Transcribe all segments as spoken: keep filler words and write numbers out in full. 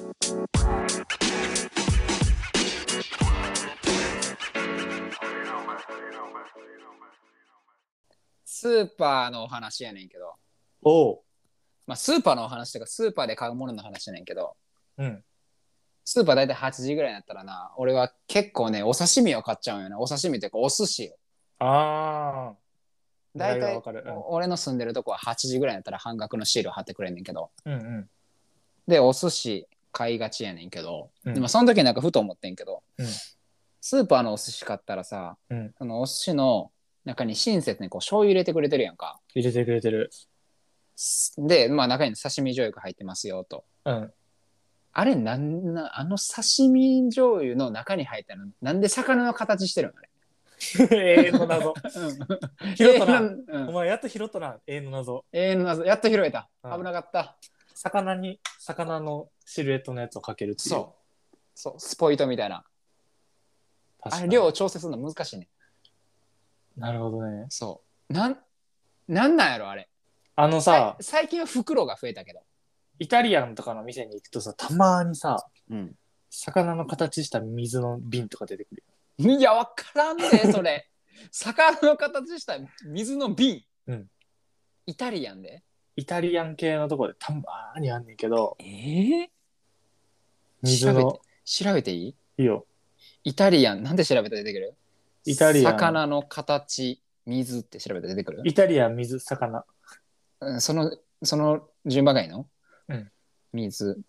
スーパーのお話やねんけど、 おう。 まあ、スーパーのお話とかスーパーで買うものの話やねんけど、 うん。 スーパーだいたいはちじぐらいになったらな、俺は結構ね、お刺身を買っちゃうんよね。お刺身っていうかお寿司を。 ああ。 だいたい狙いはわかる。 俺の住んでるとこははちじぐらいになったら半額のシールを貼ってくれんねんけど。 うん。うんで、お寿司買いがちやねんけど、 うんでもその時になんかふと思ってんけど、 うんスーパーのお寿司買ったらさ、 うん。 そのお寿司の中に親切にこう醤油入れてくれてるやんか。 入れてくれてる。 で、まあ中に刺身醤油が入ってますよと。 うん。 あれなんな、あの刺身醤油の中に入ったの、なんで魚の形してるのあれ。 永遠の謎。 うん、 拾ったな。 うん、 お前やっと拾ったな。永遠の謎。 永遠の謎、やっと拾えた。 うん危なかった。 魚に、魚のシルエットのやつをかけるっていう。 そう。そう、スポイトみたいな。あれ、量を調整するの難しいね。 なるほどね。 そう。なん、なんなんやろ、あれ。 あのさ、 最近は袋が増えたけど。 イタリアンとかの店に行くとさ、たまにさ、 うん。 魚の形した水の瓶とか出てくる。 いや、わからんねそれ。魚の形した水の瓶。 うん。 イタリアンでイタリアン系のとこでたまーにあんねんけど、 えー、 水の。 調べて、調べていいいいよ。 イタリアン、なんで調べたら出てくるイタリアン。 魚の形、水って調べたら出てくるイタリアン、水、魚。 うん、その、その順番がいいのうん。 水、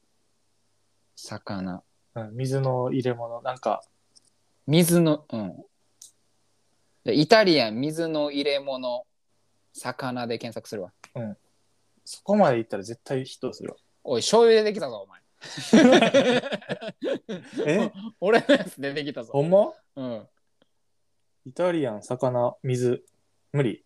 魚。 うん、水の入れ物。なんか、 水の、うん。イタリアン、水の入れ物、魚で検索するわ。 うん。そこまでいったら絶対ヒットするわ。 おい、醤油出てきたぞ、お前。 え俺のやつ出てきたぞ。 ほんま？ うん。 イタリアン、魚、水。無理。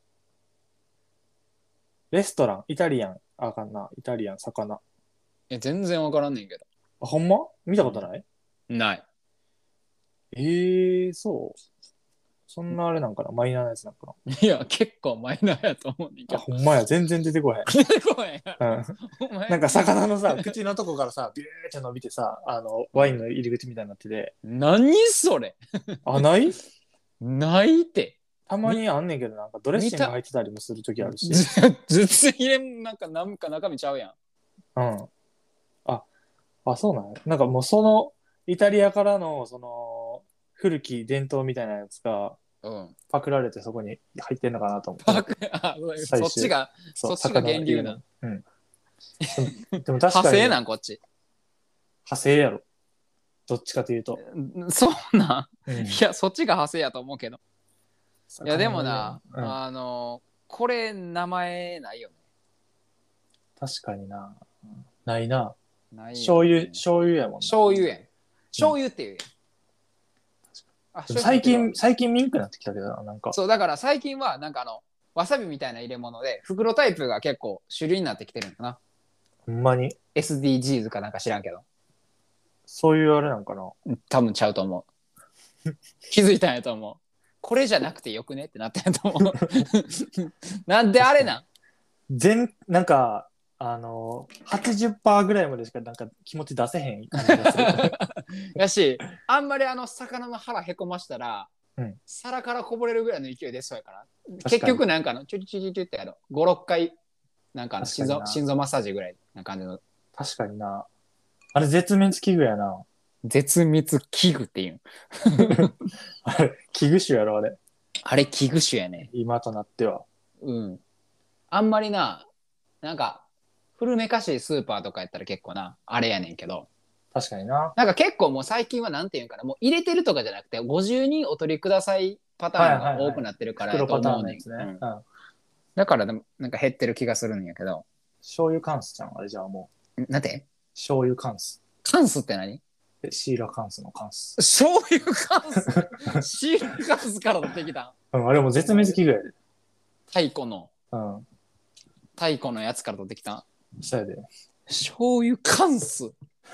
レストラン、イタリアン。あかんな。イタリアン、魚。 え、全然わからんねんけど。 あ、ほんま？見たことない？ ない。 えー、そう。そんなあれなんかな、マイナーなやつなんかな。 いや、結構マイナーやと思うねんけあ、 ど。 ほんまや、全然出てこへん。 出てこへんやろ。 うん。 お前なんか魚のさ、口のとこからさ、ビューって伸びてさ、あの、ワインの入り口みたいになってて。 何それあ、ない？ ないって。 たまにあんねんけど、なんかドレッシング入ってたりもするときあるし。 全然入れん、なんか、なんか中身ちゃうやん。 うん。あ、あ、そうなの？なんかもうその、イタリアからの、その、古き伝統みたいなやつが、 うん。 パクられてそこに入ってんのかなと思って。 パク、あ、そっちが、そっちが源流な。 うん。でも確かに。 派生なん、こっち。 派生やろ。どっちかというと。 そうなん、 うん、 いや、そっちが派生やと思うけど。いや、でもな、うん、あの、これ、名前ないよね。 確かにな。ないな。 ない、ね、 醤油、醤油やもんな。 醤油やん。醤油っていうやん。 あ、最近、最近ミンクなってきたけどな、なんか。 そう、だから最近は、なんかあの、わさびみたいな入れ物で、袋タイプが結構主流になってきてるんだな。 ほんまにエスディージーズ かなんか知らんけど。 そういうあれなんかな。 多分ちゃうと思う。気づいたんやと思う。これじゃなくてよくねってなったんやと思う。なんであれなん全、なんか、あの、はちじゅっパーセント ぐらいまでしかなんか気持ち出せへん感じがする。 やし、あんまりあの魚の腹へこましたら、 うん、 皿からこぼれるぐらいの勢い出そうやから。結局なんかの、チュリチュリチュってやろ。ご、ろっかい、なんかの心臓、心臓マッサージぐらいな感じの。 確かにな。あれ絶滅危惧やな。 絶滅危惧っていうん。 あれ、危惧種やろ、あれ。 あれ、危惧種やね。 今となっては。 うん。あんまりな、なんか、古めかしいスーパーとかやったら結構な、あれやねんけど。 確かにな。 なんか結構もう最近はなんていうんかな、もう入れてるとかじゃなくて、ごじゅうにんお取りくださいパターンが多くなってるからやと思うねん。だからなんか減ってる気がするんやけど。 醤油カンスちゃん、あれじゃあもう。なんて醤油カンス。 カンスって何？ シーラカンスのカンス。 醤油カンスシーラカンスから出てきた。 うん、あれも絶滅危惧やで。 太古の。 うん。 太古のやつから取ってきた。 そうやで。 醤油カンス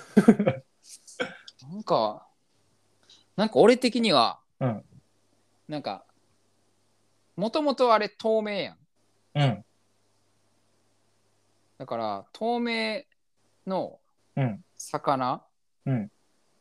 なんか、なんか俺的には、 うん、 なんか、もともとあれ透明やん。 うん。 だから、透明の魚うん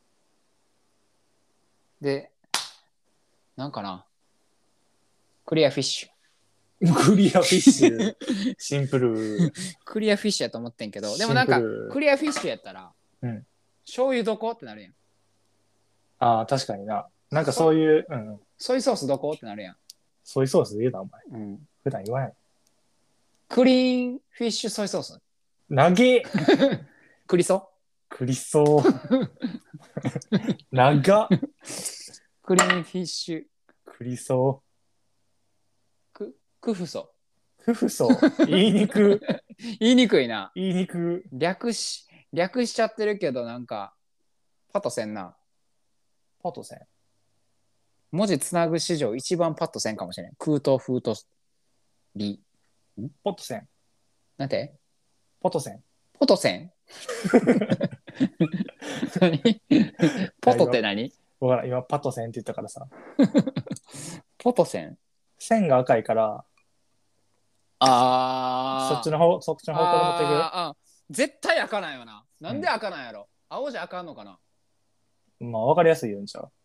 で、なんかな、クリアフィッシュ。 クリアフィッシュ。シンプル。 クリアフィッシュやと思ってんけど、でもなんかシンプルクリアフィッシュやったら、 うん。 醤油どこってなるやん。 ああ、確かにな。なんかそういう、うんうん。 ソイソースどこってなるやん。 ソイソースで言うな、お前。 うん、 普段言わない。 クリーンフィッシュソイソース。 投げクリソクリソー。長っ。 クリーンフィッシュクリソククフソ。 ー。クフソー。言いにく。 言いにくいな。 言いにく。 略し略しちゃってるけどなんかパッとせんな。 パトセン。 文字つなぐ史上一番パッとせんかもしれん。空と風とリ。 ポトセン。 なんてポトセン。 ポトセン何ポトって何？ わからん今パトセンって言ったからさ。 ポトセン。 線が赤いから、 あーそっちの方、そっちの方向で持っていく。 あーあ絶対赤なんよな。なんで赤なんやろ、うん、青じゃ赤んのかな。 まあ分かりやすいよんちゃう。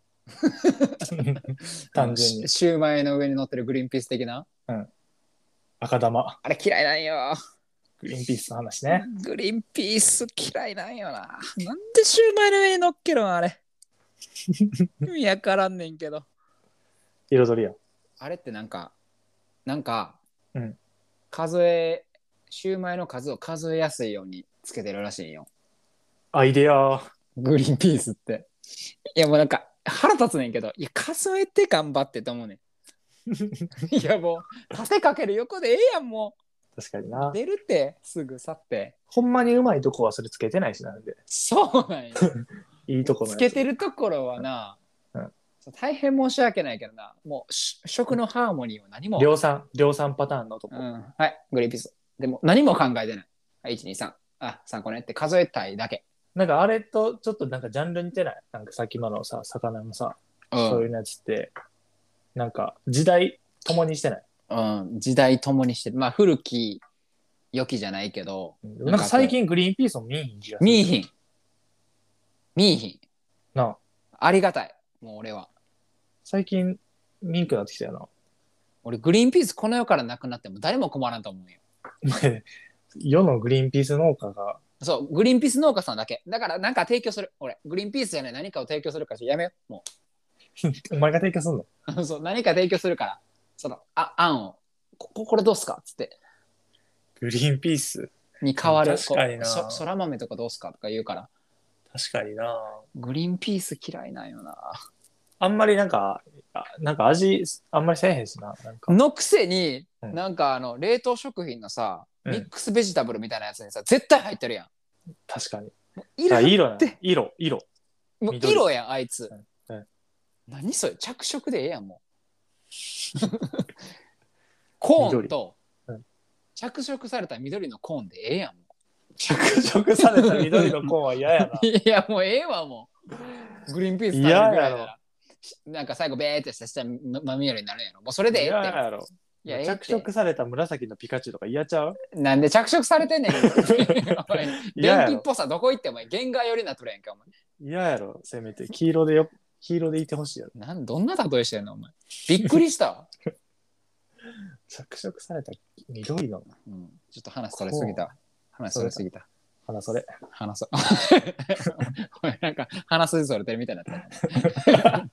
単純に。 シューマイの上に乗ってるグリーンピース的な。 うん。赤玉。 あれ嫌いなんよ。 グリーンピースの話ね。 グリーンピース嫌いなんよな。なんでシューマイの上に乗っけるんあれ。意味わからんねんけど。 彩りや。 あれってなんか、なんか、 うん、 数え、シューマイの数を数えやすいようにつけてるらしいんよ。 アイデア。 グリーンピースって。いやもうなんか腹立つねんけど、いや数えて頑張ってと思うねん。いやもう縦かける横でええやんもう。 確かにな。 出るってすぐ去って。 ほんまにうまいとこはそれつけてないしなんで。 そうなんや。 いいとこのやつつけてるところはな、うん、大変申し訳ないけどな、もう食のハーモニーは何も。 量産、量産パターンのとこ。 うん、はい、グリーンピース。でも何も考えてない。はい、いち、に、さん。あ、さんこねって数えたいだけ。 なんかあれとちょっとなんかジャンル似てない？なんかさっきのさ、魚のさ、うん、そういうやつって、なんか時代共にしてない？ うん、時代共にしてる。まあ古き良きじゃないけど。 なんか最近グリーンピースも見えひん気がする。 見えひん。見えひん。 なあ。 ありがたい。もう俺は。 最近見んくなってきたよな。 俺グリーンピースこの世からなくなっても誰も困らんと思うよ。 世のグリーンピース農家が。 そう、グリーンピース農家さんだけ。だからなんか提供する。俺、グリーンピースじゃない何かを提供するからやめよう。もう。お前が提供すんのそう、何か提供するから。その、あ、案を。ここれどうすかっつって。 グリーンピースに変わる。 確かにな。 そそら豆とかどうすかとか言うから。 確かにな。 グリーンピース嫌いなんよな。 あんまりなんか、なんか味あんまりせえへんしな。なんかのくせに、 うん、 なんかあの冷凍食品のさ、ミックスベジタブルみたいなやつにさ、絶対入ってるやん。 確かに。 色色色色。 もう色やんあいつ。 うんうん、 何それ着色でええやんもう。コーンと、うん、着色された緑のコーンでええやんもう。 着色された緑のコーンは嫌やな。 いやもうええわもう。グリーンピース食べるぐらいなら。なんか最後ベーってさしたら真緑になるんやろ。もうそれでええって。 嫌やろ。いや着色された紫のピカチュウとか嫌ちゃう？ なんで着色されてんねん。電気っぽさどこ行っても原画寄りになっとるやんかお前。 嫌やろせめて黄色でよ黄色でいてほしいやろ。 なんどんな例えしてんのお前。びっくりした。 着色された緑の、 うん、ちょっと話それすぎた。話それすぎた。 話それ。 話そ。お前なんか話すそれてるみたいになった。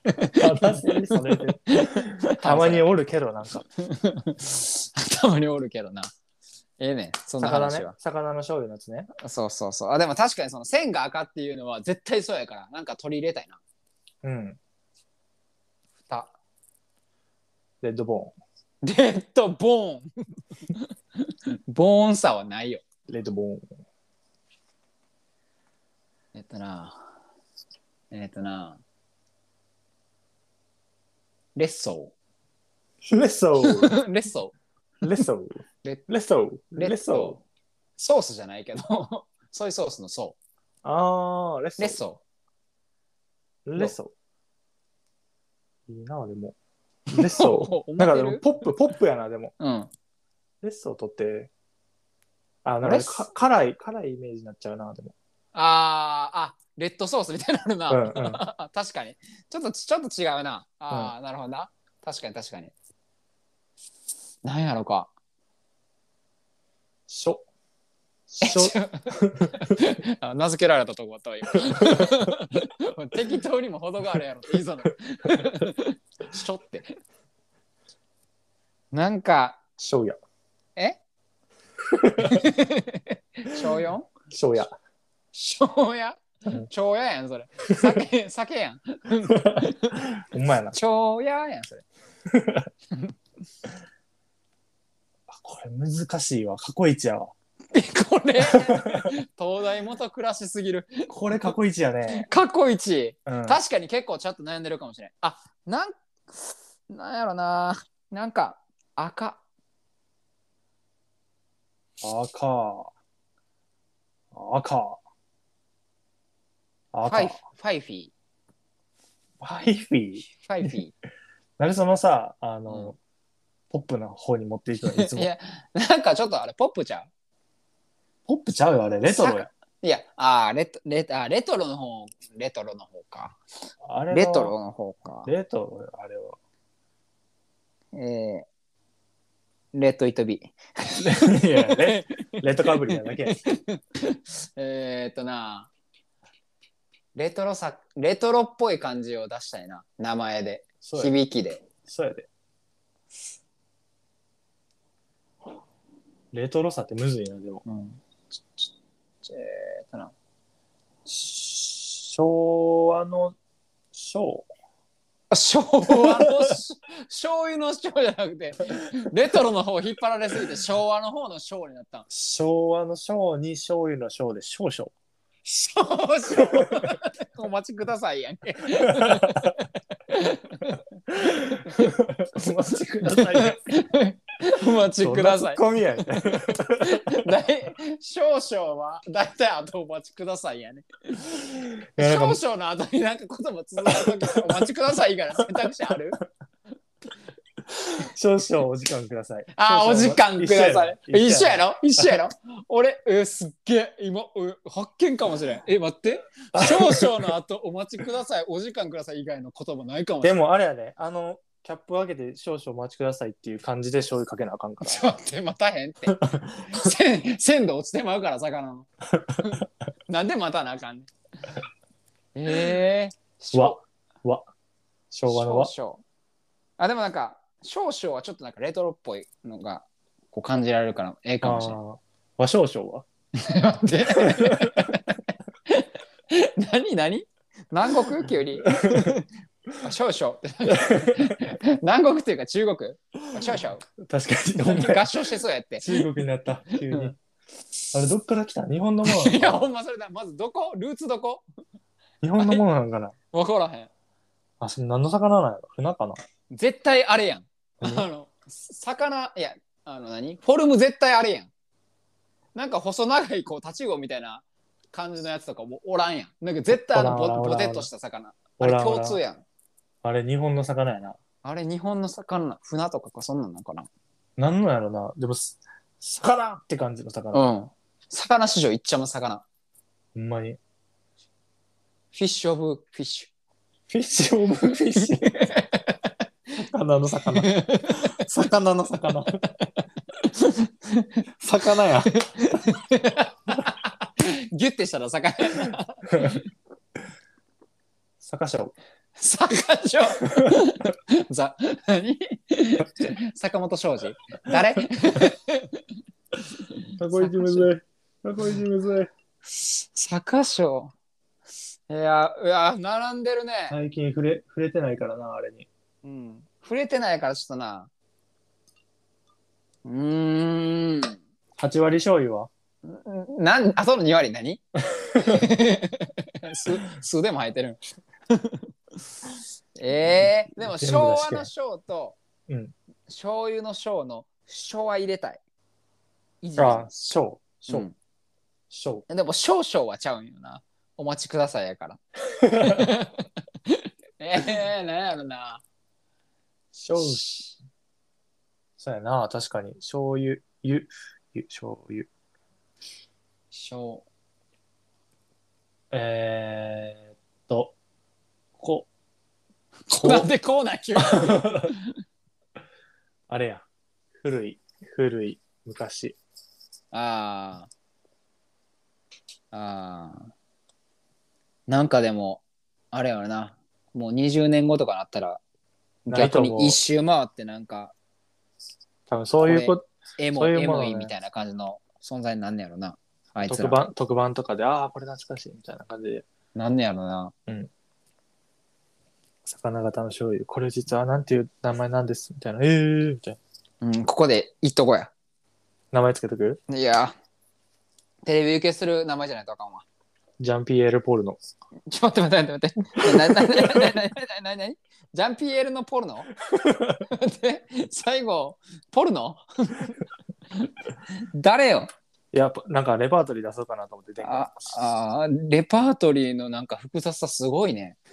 話すそれて。たまにおるけどなんか。 たまにおるけどな。ええねそんな話は。 魚ね。魚の醤油のやつね。 そうそうそう。あでも確かにその線が赤っていうのは絶対そうやからなんか取り入れたいな。 うん。 蓋。 レッドボーン。レッドボーン。ボーンさはないよ。 レッドボーン。 えっとな。えっとな。レッソー。レッソー。 レッソー。レッソー。レッソー。レッソー。 ソースじゃないけど、ソイソースのソー。あー、レッソー。 レッソー。レッソー。いいな、でも。レッソー。なんかでも、ポップ、ポップやな、でも。 うん。 レッソーとって、あ、なんか辛い、辛いイメージになっちゃうな、でも。 あーあ、レッドソースみたいになるな。 うんうん、 確かに。ちょっと、ちょっと違うな。ああ、うん、なるほどな。確かに確かに。なんやろか。 しょ。しょ。 あ、名付けられたとこあったわ、今。適当にも程があるやろって言いそうな。しょって。なんか。 しょうや。 え小 よん？ しょうや。 しょうや蝶ややんそれ。酒、酒やん。 ほんまやな。 蝶ややんそれ。 あ、これ難しいわ。過去一やわ。 これ東大元暮らしすぎる。 これ過去一やね。 過去一、 うん、 確かに結構ちょっと悩んでるかもしれん。あ、なんなんやろな。なんか赤。 赤。赤。赤。 ファイファイフィー。 ファイフィー。 ファイフィー。 なんでそのさ、あの、うん、ポップな方に持っていくのいつも。 いや、なんかちょっとあれポップちゃう？ ポップちゃうよあれ、レトロや。 いや、あレトレあレトロの方、レトロの方か。 あれレトロの方か。 レトロあれは。 えー、レッドイットビー。いやレ、レッドかぶりやだけ。 えっとな、レトロさ、レトロっぽい感じを出したいな、名前で、響きで。 そうやで。レトロさってむずいな、でも。うん、 えーっとな。 昭和の昭昭和の醤油の醤じゃなくてレトロの方引っ張られすぎて昭和の方の醤になった。 昭和の昭に醤油の醤で少々。 少々お待ちくださいやんけ。 お待ちくださいやん。 お待ちください。 ツッコミやん。 少々はだいたいあとお待ちくださいやね。少々の後になんか言葉続くときお待ちください以外の選択肢ある？ 少々お時間ください。 あ、お時間ください。一緒やろ？一緒やろ？俺、え、すっげえ、今、発見かもしれん。え、待って。少々の後お待ちください、お時間ください以外の言葉ないかもしれん。 でもあれやね、あの、キャップを開けて少々お待ちくださいっていう感じで醤油かけなあかんから。 ちょっと待って、またへんって。鮮度落ちてまうから、魚の。なんでまたなあかんねん。えー。わ、わ。昭和の和。 少々。あ、でもなんか、少々はちょっとなんかレトロっぽいのがこう感じられるからええかもしれない。 和少々は待って。何何南国急に少々南国っていうか中国少々 確かに合唱してそうやって中国になった急に、うん、あれどっから来た日本のものいやほんまそれだ。まずどこルーツどこ日本のものなんかな分からへん。 あ、それ何の魚なんやろ船かな。 絶対あれやん。あの魚いやあの何フォルム絶対あれやん。なんか細長いこうタチウオみたいな感じのやつとかもおらんやん。なんか絶対あの ボ, ボテッとした魚あれ共通やん。 あれ日本の魚やな。 あれ日本の魚船とかかそんなんなんかな。 なんのやろな。でも魚って感じの魚。 うん。魚史上いっちゃんの魚。 ほんまに。 フィッシュオブフィッシュ。 フィッシュオブフィッシュ。魚の魚。魚の魚。魚や。 ギュッてしたら魚や。 坂賞。 坂賞。ざ何？坂本庄司。誰？ 過去一むずい。過去一むずい。坂賞。いやいや並んでるね。 最近触れ触れてないからなあれに。 うん。触れてないからちょっとな。うーん。 はち割醤油は？ なんあそのに割何？数数でも入ってる。えー、でも昭和の昭と、うん、醤油の醤の昭和入れたい。 ああ、昭昭昭。 でも少々はちゃうんよな。お待ちくださいやから。えー、なんやろな。 醤油。そうやな、確かに。醤油、ゆ、ゆ、醤油。 醤。 えーっと、こ、 なんでこうなん急にあれや。古い、古い、昔。 ああ。ああ。なんかでも、あれやろな。もうにじゅうねんごとかなったら、逆ないと思う。 に一周回ってなんか、 多分そういうここエモい、エそういうものねモいみたいな感じの存在になんねやろな。あいつら。 特番、特番とかで、ああ、これ懐かしいみたいな感じで、 なんねやろな。 魚型の醤油、これ実はなんていう名前なんですみたいな、えーみたいな。 うん、ここで言っとこうや。 名前つけとくいや、テレビ受けする名前じゃないとあかんわ。 ジャンピエール・ポールの。 ちょっと待って待って待って。な、な、な、な、な、な、な、な、ジャンピエールのポルノで、最後、ポルノ誰よいや、なんかレパートリー出そうかなと思って電話ああ、レパートリーのなんか複雑さすごいね。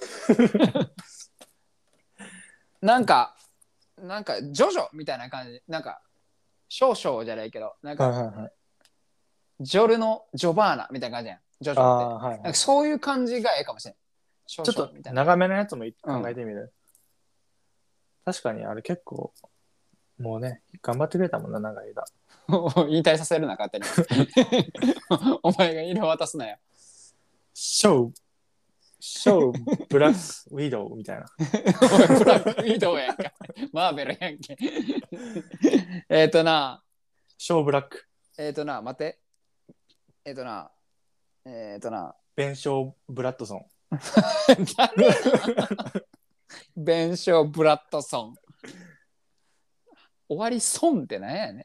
なんか、なんか、ジョジョみたいな感じ。なんか、少々じゃないけど、なんか、 はいはいはい。 ジョルノ・ジョバーナみたいな感じやん。ジョジョって。 ああ、はい、はい。 なんかそういう感じがええかもしれん。少ちょっと 々みたいな。 長めのやつも考えてみる。確かにあれ結構、もうね、頑張ってくれたもんな、長い間。 引退させるな、勝手に。お前が色渡すなよ。 ショー、ショー、ブラックウィドウみたいな。 お前ブラックウィドウやんか。マーベルやんけ。えっとな、 ショーブラック。 えっ、ー、とな、待って。えっ、ー、とな、えっ、ー、とな、 ベンショー・ブラッドソン。 誰ベンショー・ブラッドソン。終わり損って何やね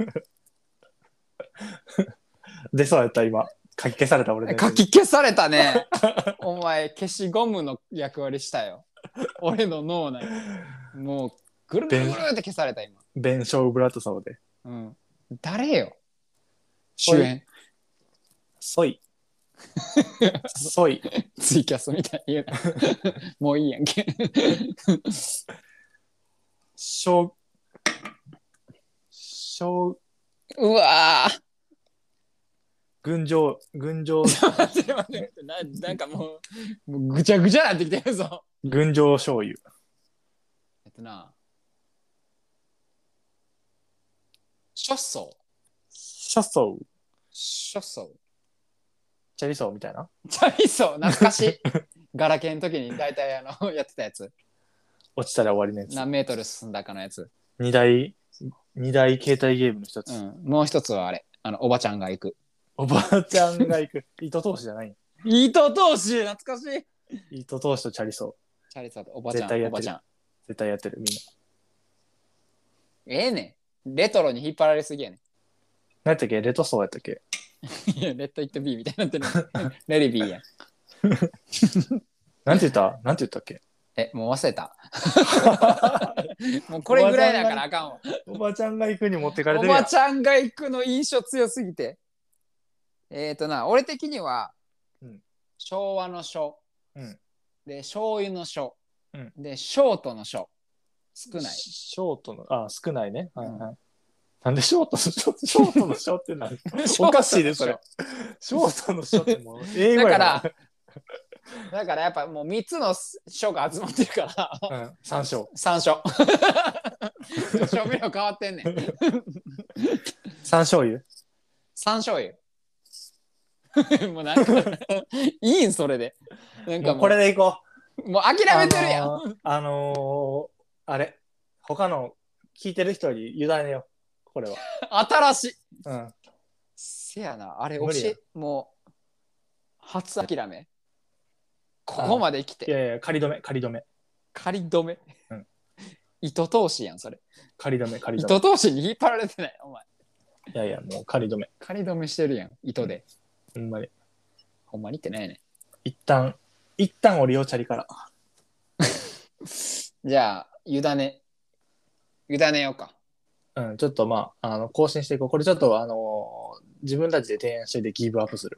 で、そうやった、今。書き消された俺ね。 書き消されたね。お前、消しゴムの役割したよ。俺の脳内。もう、ぐるぐるぐるって消された、今。 ベンショー・ブラッドソンで。 うん。誰よ主演。 ソイ。ソイ。 ツイキャスみたいに言うな。もういいやんけ。 ショー、ショー、 うわー。 群青、群青、 待って待ってな、なんかもう、もうぐちゃぐちゃなってきてるぞ。 群青醤油。 えっとな、ショッソー。 シャッソー。 ショッソー。 チャリソーみたいな。 チャリソー、懐かしい。ガラケーの時に大体あのやってたやつ。 落ちたら終わりのやつ。 何メートル進んだかのやつ。 二大、二大携帯ゲームの一つ。 うん。もう一つはあれ。あの、おばちゃんが行く。 おばあちゃんが行く。糸通しじゃない糸通し懐かしい。 糸通しとチャリソチャリソーとおばちゃん。 絶対やってるおばちゃん。 ー。絶対やってる、みんな。 ええねん。レトロに引っ張られすぎやね何やったっけレトソーやったっけん。いや、レッドイットビーみたいになってる。レディビーやん。 なんて言ったなんて言ったっけえ、もう忘れた。もうこれぐらいだからあかんわ。 おばちゃんが行くに持ってかれおてるやん。 ばちゃんが行くの印象強すぎて。えっ、ー、とな、俺的には、 うん、 昭和の昭、 うん、 で、醤油の醤、 うん、 で、ショートのショ、少ない。 ショートの、あ、少ないね。はいはい。 うんなんでショートのショショートのショって何おかしいで、それ。ショートのショってもう英語やだから、だからやっぱもうみっつの書が集まってるから、 うん、山椒。 さん書。調味料変わってんねん。 山醤油。 山醤油。もうなんかいいんそれで。なんかもうもうこれでいこもう諦めてるやん。 あのー、あのー、あれ、他の聞いてる人に委ねよう。これは。 新しい。 うん。 せやな、あれ教無理やえ、もう、初諦め。ここまで来て、 いやいや、仮止め、仮止め。 仮止め。 うん、 糸通しやん、それ。 仮止め、仮止め。 糸通しに引っ張られてない、お前。 いやいや、もう仮止め。 仮止めしてるやん、糸で。 ほんまに。 ほんまにってないね。 一旦、一旦降りよう、チャリから。 じゃあ、委ね、委ねようか。 うん、ちょっとまあ、あの、更新していこう。これちょっと、あのー自分たちで提案してでギブアップする。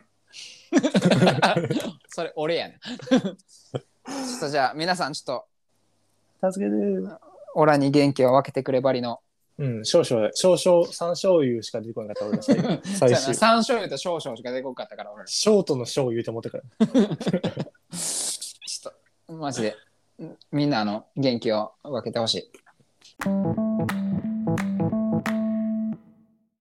それ、俺やねん。ちょっとじゃあ、皆さん、ちょっと、 助けてー。 オラに元気を分けてくればりのうん、少々、少々、山椒油しか出てこなかった俺が最そう最やな、 終。 山椒油と少々しか出てこんかったから俺ら。 ショートの醤油って思ってから。 ちょっとマジでみんなあの元気を分けてほしい。